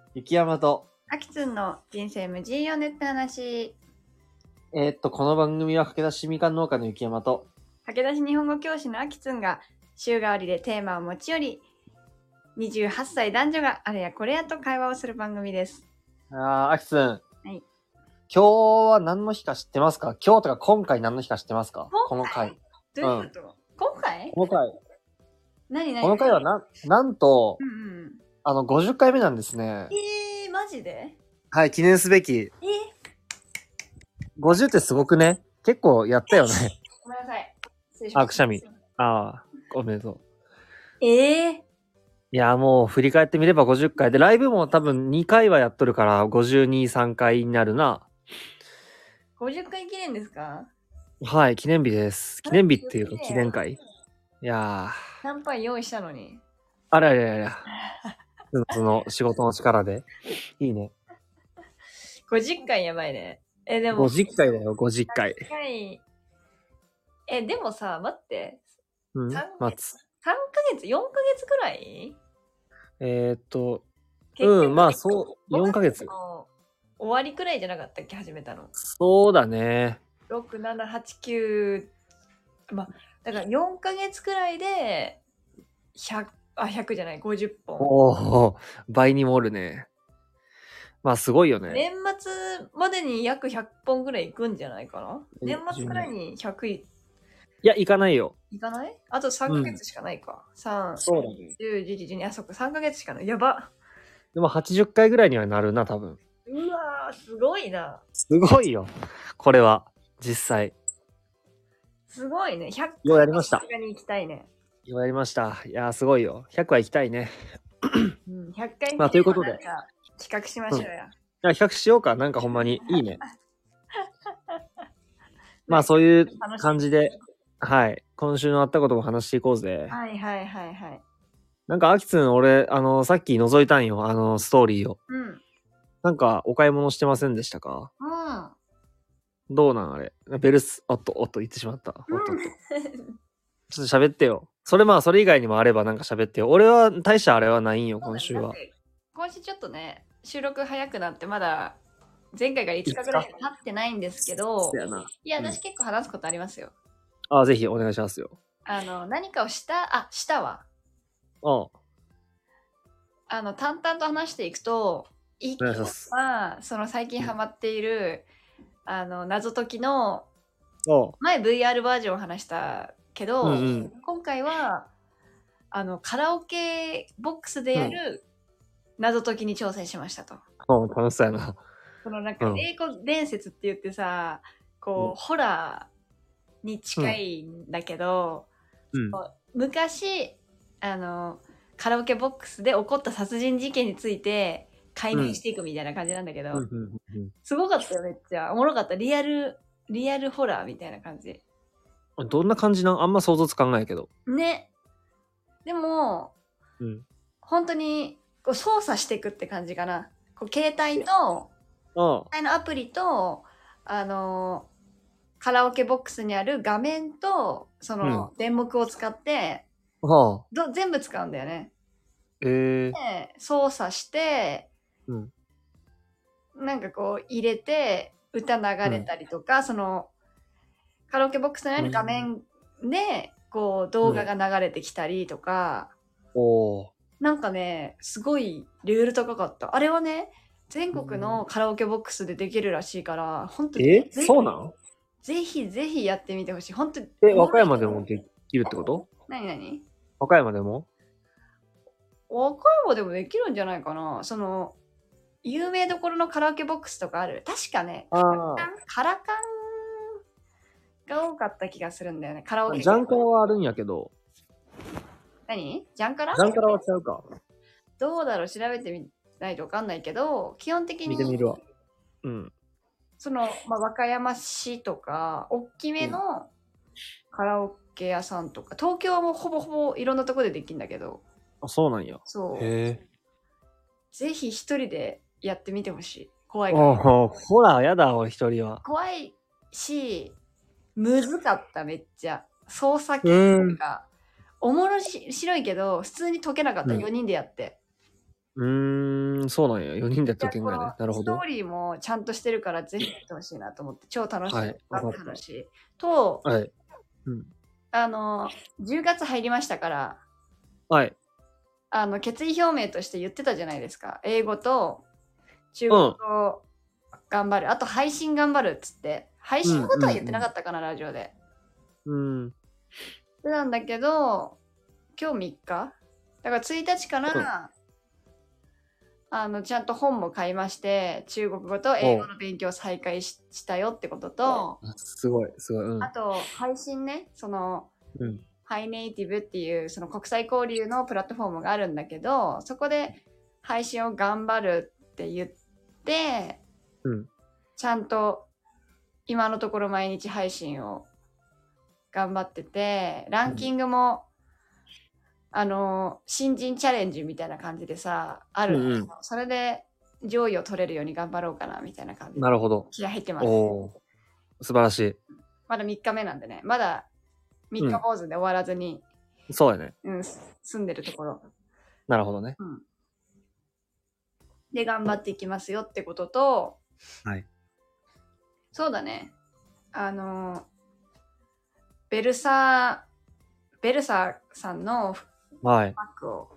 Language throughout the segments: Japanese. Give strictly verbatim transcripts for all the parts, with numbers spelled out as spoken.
雪山と、 あきつんの人生無人よねって話。 えー、っと、この番組は駆け出しみかん農家の雪山と、 駆け出し日本語教師のあきつんが週替わりでテーマを持ち寄り、にじゅうはっさい男女があれやこれやと会話をする番組です。 あー、あきつん。 はい。 今日は何の日か知ってますか？今日とか今回何の日か知ってますか？この回。 どういうこと、うん、今回この回。 何何この回はな、なんと、 うんうん、 あの、ごじゅっかいめなんですね。 えー、マジで？ はい、記念すべき。 えー、 ごじゅうってすごくね？結構やったよね。 ごめんなさい。失礼しました。 あ、くしゃみ。ああ、おめでとう。 えー、 いや、もう振り返ってみればごじゅっかいで、ライブも多分にかいはやっとるからごじゅうに、さんかいになるな。 ごじゅっかい記念ですか？ はい、記念日です。記念日っていうか記念会。いやー。シャンパン用意したのに。 あらららら。その仕事の力で。いいね。 ごじゅっかいやばいね。え、でも。 ごじゅっかいだよ、ごじゅっかい。 え、でもさ、待って。 うん、待つ。 さんかげつ ?よんかげつくらいえー、っと、うん、まあそう、よんかげつ。 終わりくらいじゃなかったっけ、始めたの。 そうだね。 ろく、なな、はち、きゅう、まあ、だからよんかげつくらいで、ひゃく、あ、ひゃくじゃない、ごじゅっぽん。 おお、倍にもおるね。まあすごいよね。 年末までに約ひゃっぽんぐらいいくんじゃないかな。年末くらいにひゃくい。 いや、行かないよ。 行かない？あとさんかげつしかないか。うん、さん、 そうだね。 じゅう、じゅういち、じゅうに、あ、そっか、さんかげつしかない。やば。 でもはちじゅっかいぐらいにはなるな、多分。 うわー、すごいな。 すごいよ。これは、実際。 すごいね。ひゃっかいようやりました。 さすがに行きたいね。 ようやりました。いやー、すごいよ。ひゃくは行きたいね。 うん、ひゃっかいまあ、ということで。 企画しましょうや。うん、いや、企画しようか。なんかほんまにいいね。まあそういう感じで、はい。今週のあったことも話していこうぜ。 はいはいはいはい。 なんか、あきつん、俺、あの、さっき覗いたんよ。あの、ストーリーを。うん。なんか、お買い物してませんでしたか？うん。どうなんあれ。ベルス、おっと、おっと、言ってしまった。おっとっと。ちょっと喋ってよ。それまあ、それ以外にもあればなんか喋ってよ。俺は、大したあれはないんよ、今週は。 今週ちょっとね、収録早くなって、まだ、前回からいつかぐらい経ってないんですけど、いや、私結構話すことありますよ。 ああ、ぜひお願いしますよ。 あの、何かをした、あ、したわ。 ああ。 あの、淡々と話していくと、いっきは、その最近ハマっている、うん、あの、謎解きの、前 ブイアール バージョンを話したけど、うんうん、今回は、あの、カラオケボックスでやる謎解きに挑戦しましたと。 うん、楽しそうやな。 そのなんか、英語伝説って言ってさ、こう、うん、ホラーに近いんだけど、うん、昔、あの、カラオケボックスで起こった殺人事件について解明していくみたいな感じなんだけど、うん、すごかったよ、めっちゃ。おもろかった。リアル、リアルホラーみたいな感じ。 どんな感じなん？あんま想像つかんないけど。 ね。でも、うん、本当にこう操作していくって感じかな。こう携帯と、携帯のアプリと、あのー、カラオケボックスにある画面と、その、電目を使って、うん、ど全部使うんだよね。えー、で操作して、うん、なんかこう入れて歌流れたりとか、うん、そのカラオケボックスにある画面でこう動画が流れてきたりとか、うん、なんかねすごいレベル高かった。あれはね全国のカラオケボックスでできるらしいから、本当にえそうなの？ ぜひぜひやってみてほしい。本当に。 え、和歌山でもできるってこと？ 何何？ 和歌山でも？ 和歌山でもできるんじゃないかな。その有名どころのカラオケボックスとかある。確かね、カラカン、カラカンが多かった気がするんだよね。カラオケ。 ジャンカラはあるんやけど。 何？ジャンカラ？ ジャンカラはちゃうか。 どうだろう、調べてみないと分かんないけど、基本的に。 見てみるわ。うん。 その、まあ、和歌山市とか、大きめのカラオケ屋さんとか、東京はもうほぼほぼいろんなとこでできるんだけど。 あ、そうなんや。 そう。 へえ。 ぜひ一人でやってみてほしい。怖いから。 おほら、やだ、俺一人は。 怖いし、むずかった、めっちゃ。操作系とか、おもろし白いけど、普通に解けなかった、うん、よにんでやって。 うーん、そうなんや。よにんでやった時がね。なるほど。 ストーリーもちゃんとしてるから、ぜひやってほしいなと思って、超楽しかったはい、 話と、 はい。うん。 あの、じゅうがつ入りましたから、 はい。 あの、決意表明として言ってたじゃないですか。英語と中国語を頑張る。うん、あと配信頑張るっつって。配信のことは言ってなかったかな、うんうんうん、ラジオで。うん。なんだけど、今日みっかだからついたちから、うん、あの、ちゃんと本も買いまして、中国語と英語の勉強を再開 し, したよってことと、 すごい、すごい。うん、 あと、配信ね、その、うん、ハイネイティブっていうその国際交流のプラットフォームがあるんだけど、そこで配信を頑張るって言って、うん、ちゃんと今のところ毎日配信を頑張ってて、ランキングも、うん、あの新人チャレンジみたいな感じでさある、うんうん、それで上位を取れるように頑張ろうかなみたいな感じで。 なるほど。 気合入ってます。 おー、素晴らしい。 まだみっかめなんでね、まだみっか坊主で終わらずに、 うん、そうやね。 うん、住んでるところ。 なるほどね。 うん。で、頑張っていきますよってことと、 はい。 そうだね。あの、ベルサー、ベルサーさんのバッグを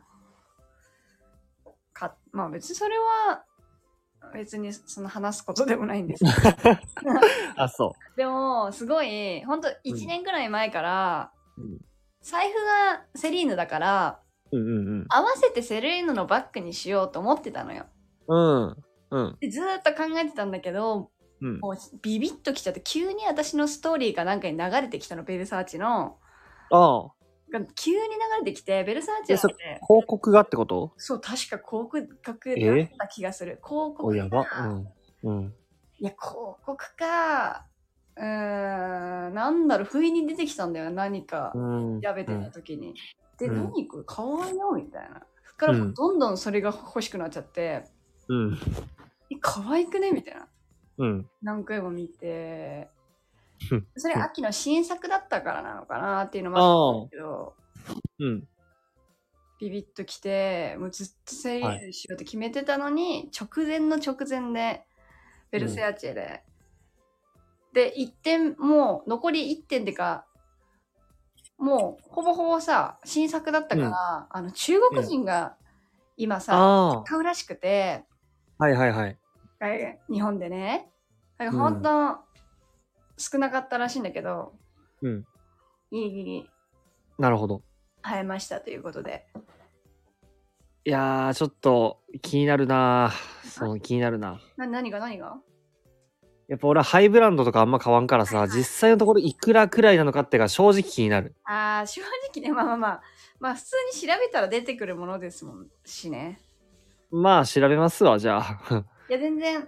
買っ、はい、まあ別にそれは、別にその話すことでもないんですけど。 あ、そう。 でも、すごい、ほんといちねんくらい前から、うん、財布がセリーヌだから、うんうんうん、合わせてセリーヌのバッグにしようと思ってたのよ。うん。うん。でずーっと考えてたんだけど、うん、もうビビッときちゃって、急に私のストーリーかなんかに流れてきたの、ベルサーチの。ああ。急に流れてきて、ベルサーチは、 ね、広告がってこと？ そう、確か広告だった気がする。広告が。 やば。うん。うん。 いや、広告か、うーん、なんだろう、不意に出てきたんだよ、何か調べてた時に。うん、で、うん、何これ、かわいいよみたいな。そっからどんどんそれが欲しくなっちゃって、うん。え、可愛くねみたいな。うん。何回も見て、それ秋の新作だったからなのかなっていうのもあったんだけど、うん。ビビッときて、もうずっとセリーヌしようって決めてたのに、はい、直前の直前で、ベルセアチェで、うん、で、いってん、もう残りいってんでか、もうほぼほぼさ、新作だったから、うん、あの中国人が今さ、買うらしくて、 はいはいはい。 日本でね。だから本当、うん、少なかったらしいんだけど、うん。ギリギリ。 なるほど。 生えましたということで。 いやー、ちょっと気になるなその気になるな。 な、何が何がやっぱ俺はハイブランドとかあんま買わんからさ、はいはい、実際のところいくらくらいなのかってが正直気になる。 あー、正直ね、まあまあまあ。まあ普通に調べたら出てくるものですもんしね。 まあ調べますわ、じゃあ。 いや、全然。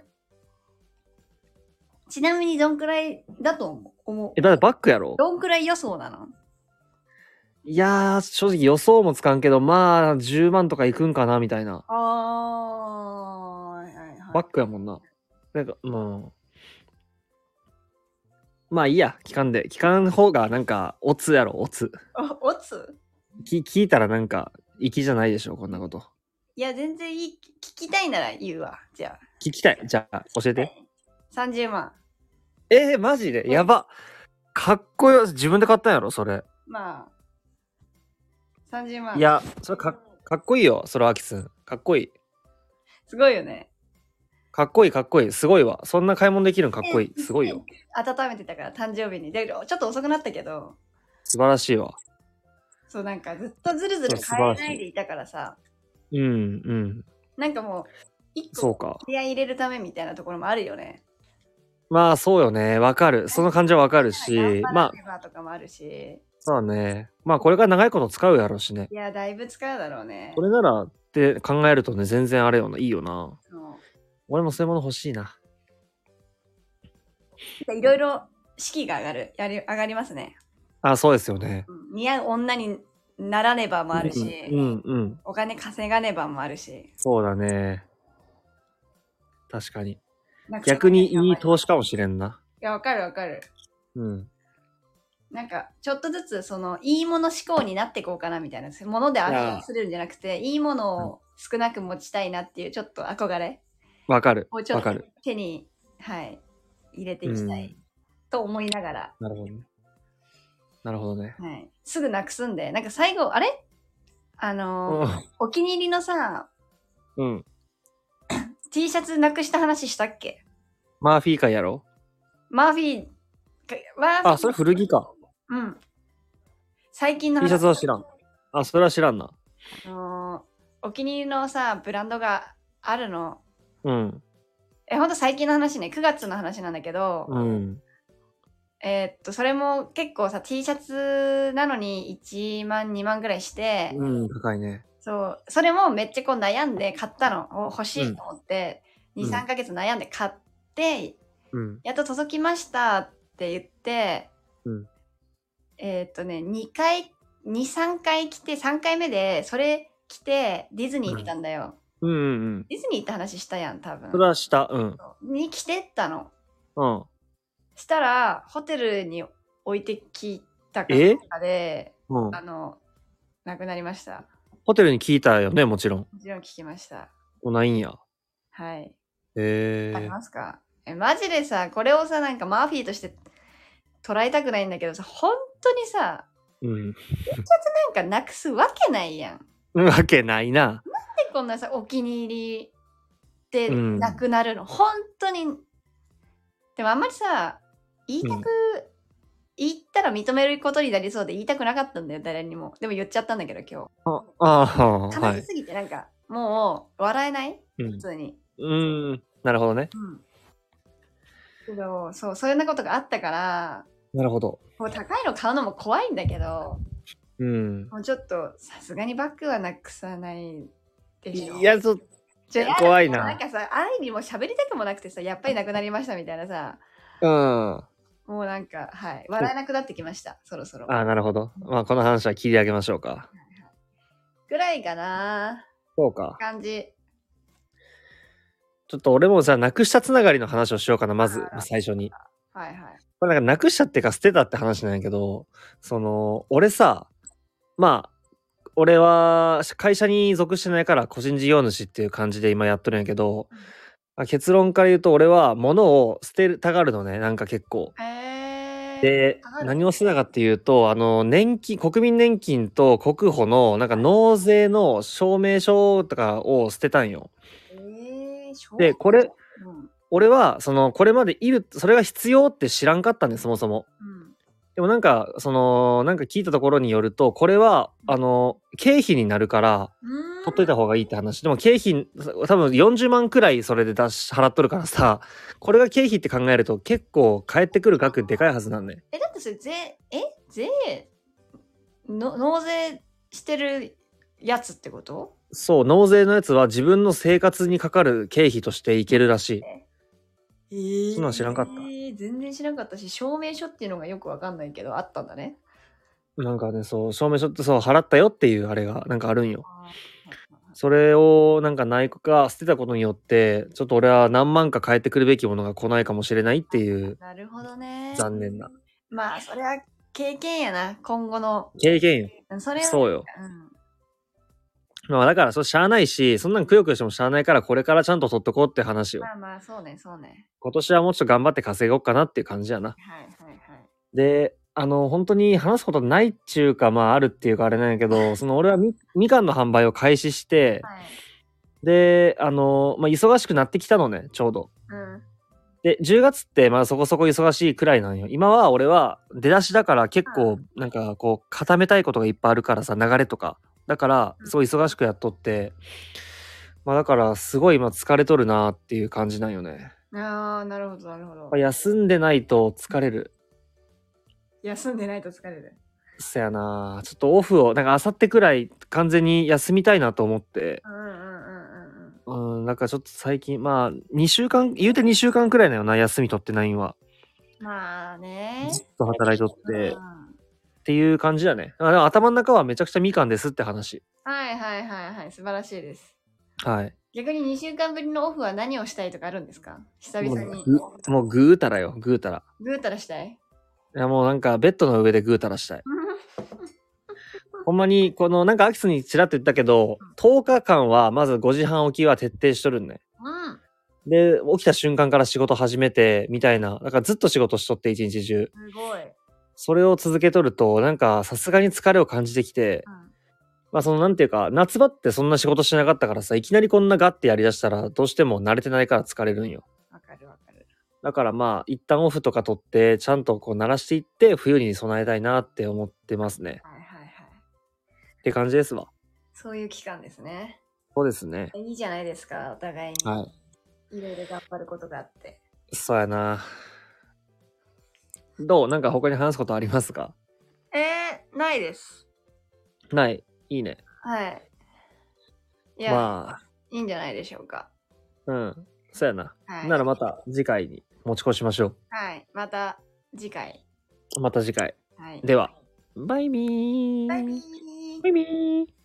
ちなみにどんくらいだと思う？ え、だってバッグやろ？ どんくらい予想なの？ いやー、正直予想もつかんけど、まあ、じゅうまんとかいくんかな、みたいな。 あー、はいはいはい。 バッグやもんな。なんか、まあ。まあいいや、聞かんで。聞かん方がなんか、オツやろ、オツ。 お、オツ？ き聞いたらなんか、粋じゃないでしょ、こんなこと。 いや、全然いい。聞きたいなら言うわ、じゃあ。 聞きたい。じゃあ、教えて。 さんじゅうまん。 えー、マジでやば。かっこよ。自分で買ったんやろ、それ。 まあ。さんじゅうまん。 いや、それか、かっこいいよ、それ、アキスン。かっこいい。 すごいよね。 かっこいい、かっこいい。すごいわ。そんな買い物できるのかっこいい。すごいよ。 温めてたから、誕生日に。で、ちょっと遅くなったけど。 素晴らしいわ。 そう、なんかずっとずるずる変えないでいたからさ。 うん、うん。 なんかもう、一個気合い入れるためみたいなところもあるよね。 まあ、そうよね。わかる。その感じはわかるし。まあ、とかもあるし。 そうね。まあ、これから長いこと使うやろうしね。 いや、だいぶ使うだろうね。 これならって考えるとね、全然あれよな。いいよな。俺もそういうもの欲しいな。 いろいろ士気が上がる。やり、上がりますね。 あ、そうですよね。 うん、似合う女にならねばもあるし、 うん、うん、うん。 お金稼がねばもあるし。 そうだね。確かに。逆にいい投資かもしれんな。 いや、わかるわかる。 うん。 なんか、ちょっとずつ、その、いいもの思考になっていこうかなみたいな。もので溢れするんじゃなくて、いいものを少なく持ちたいなっていう、ちょっと憧れ。 わかる。 をちょっとわかる。 手に、はい、入れていきたい、と思いながら。 なるほどね。なるほどね。 はい。すぐなくすんで、なんか最後、あれあのー、お気に入りのさ、 うん。 T シャツなくした話したっけ？ マーフィー会やろ？ マーフィー、マーフィー。あ、それ古着か。 うん。最近の話。T シャツは知らん。あ、それは知らんな。 あのー、お気に入りのさ、ブランドがあるの。 うん。 え、ほんと最近の話ね、くがつの話なんだけど、 うん。 えー、っと、それも結構さ、T シャツなのにいちまん、にまんぐらいして、 うん、高いね。 そう、それもめっちゃこう悩んで買ったの。欲しいと思って、うん、に、さんかげつ悩んで買って、うん、やっと届きましたって言って、うん、えー、っとね、にかい、に、さんかい来て、さんかいめで、それ来て、ディズニー行ったんだよ。 うんうんうん。 ディズニーって話したやん、多分。 それはした、うん。 に来てったの。 うん。 したら、ホテルに置いてきたかとかで、うん、あの、亡くなりました。 ホテルに聞いたよね、もちろん。 もちろん聞きました。 もうないんや。 はい。 へえ。 ありますか？え、マジでさ、これをさ、なんかマーフィーとして捉えたくないんだけどさ、本当にさ、うん。T シャツなんかなくすわけないやん。 わけないな。なんでこんなさ、お気に入りでなくなるの、うん、本当に。でもあんまりさ、言いたく、うん、言ったら認めることになりそうで言いたくなかったんだよ、誰にも。でも言っちゃったんだけど、今日。ああ、悲しすぎて、なんか、はい、もう、笑えない、うん、普通に。 うーん、なるほどね。うん。 けど、そう、そういうなことがあったから、 なるほど。 もう高いの買うのも怖いんだけど、うん。もうちょっと、さすがにバッグはなくさないでしょ。 いや、そ、怖いな。 なんかさ、あいにも喋りたくもなくてさ、やっぱりなくなりましたみたいなさ。 うん。 もうなんか、はい。笑えなくなってきました、そろそろ。 ああ、なるほど。まあ、この話は切り上げましょうか。 ぐらいかな。 そうか。 感じ。 ちょっと俺もじゃあ、なくしたつながりの話をしようかな、まず、最初に。 はいはい。 これなんか、なくしたっていうか、捨てたって話なんやけど、その、俺さ、まあ、俺は会社に属してないから個人事業主っていう感じで今やっとるんやけど、うん、結論から言うと俺は物を捨てたがるのね、なんか結構。 へー。 で、何を捨てたかっていうと、あの、年金、国民年金と国保のなんか納税の証明書とかを捨てたんよ。 へー。 で、これ、うん、俺は、その、これまでいる、それが必要って知らんかったんです、そもそも。うん、でもなんか、その、なんか聞いたところによると、これは、あの、経費になるから、取っといた方がいいって話。でも経費、多分よんじゅうまんくらいそれで出し、払っとるからさ、これが経費って考えると結構返ってくる額でかいはずなんね。 え、だってそれ税、え税の、納税してるやつってこと？ そう、納税のやつは自分の生活にかかる経費としていけるらしい。 えー、 そんなん知らんかった。 えー、全然知らんかったし、証明書っていうのがよくわかんないけど、あったんだね。 なんかね、そう、証明書ってそう、払ったよっていうあれが、なんかあるんよ。それを、なんかないか捨てたことによって、ちょっと俺は何万か返ってくるべきものが来ないかもしれないっていう。 なるほどね。 残念な。 まあ、それは経験やな、今後の。 経験よ。 それはそうよ。うんまあだから、そう、しゃあないし、そんなんくよくよしてもしゃあないから、これからちゃんと取っとこうって話よ。 まあまあ、そうね、そうね。 今年はもうちょっと頑張って稼ごうかなっていう感じやな。 はいはいはい。 で、あの、本当に話すことないっちゅうか、まああるっていうかあれなんやけど、その俺はみ、みかんの販売を開始して、はい、で、あの、まあ忙しくなってきたのね、ちょうど。うん。で、じゅうがつってまあそこそこ忙しいくらいなんよ。今は俺は出だしだから結構なんかこう固めたいことがいっぱいあるからさ、流れとか。だから、すごい忙しくやっとって、まあだから、すごい今疲れとるなっていう感じなんよね。 ああ、なるほど、なるほど。 休んでないと疲れる。 休んでないと疲れる。 そやなちょっとオフを、なんかあさってくらい完全に休みたいなと思って。うんうんうんうん。うん、なんかちょっと最近、まあ、にしゅうかん、言うてにしゅうかんくらいだよな、休み取ってないんは。 まあね。 ずっと働いとって。うんっていう感じだね。頭の中はめちゃくちゃみかんですって話。 はいはいはいはい。素晴らしいです。 はい。 逆ににしゅうかんぶりのオフは何をしたいとかあるんですか？久々に。 もうぐ、もうぐうたらよ、ぐうたら。 ぐうたらしたい？ いやもうなんかベッドの上でぐうたらしたい。ほんまに、このなんかアキスにちらっと言ったけど、とおかかんはまずごじはん起きは徹底しとるんね。うん。で、起きた瞬間から仕事始めて、みたいな。だからずっと仕事しとって一日中。 すごい。 それを続けとると、なんかさすがに疲れを感じてきて、うん、まあそのなんていうか、夏場ってそんな仕事しなかったからさ、いきなりこんなガッてやりだしたら、どうしても慣れてないから疲れるんよ。 わかるわかる。 だからまあ、一旦オフとか取って、ちゃんとこう慣らしていって、冬に備えたいなって思ってますね。はいはいはい。って感じですわ。 そういう期間ですね。 そうですね。 いいじゃないですか、お互いに。はい。いろいろ頑張ることがあって。 そうやな。どう？なんか他に話すことありますか？ えー、ないです。 ない。いいね。 はい。いや、まあ、いいんじゃないでしょうか。 うん。そうやな。はい、ならまた次回に持ち越しましょう。 はい。また次回。 また次回。はい。では、バイビー。バイビー。バイビー。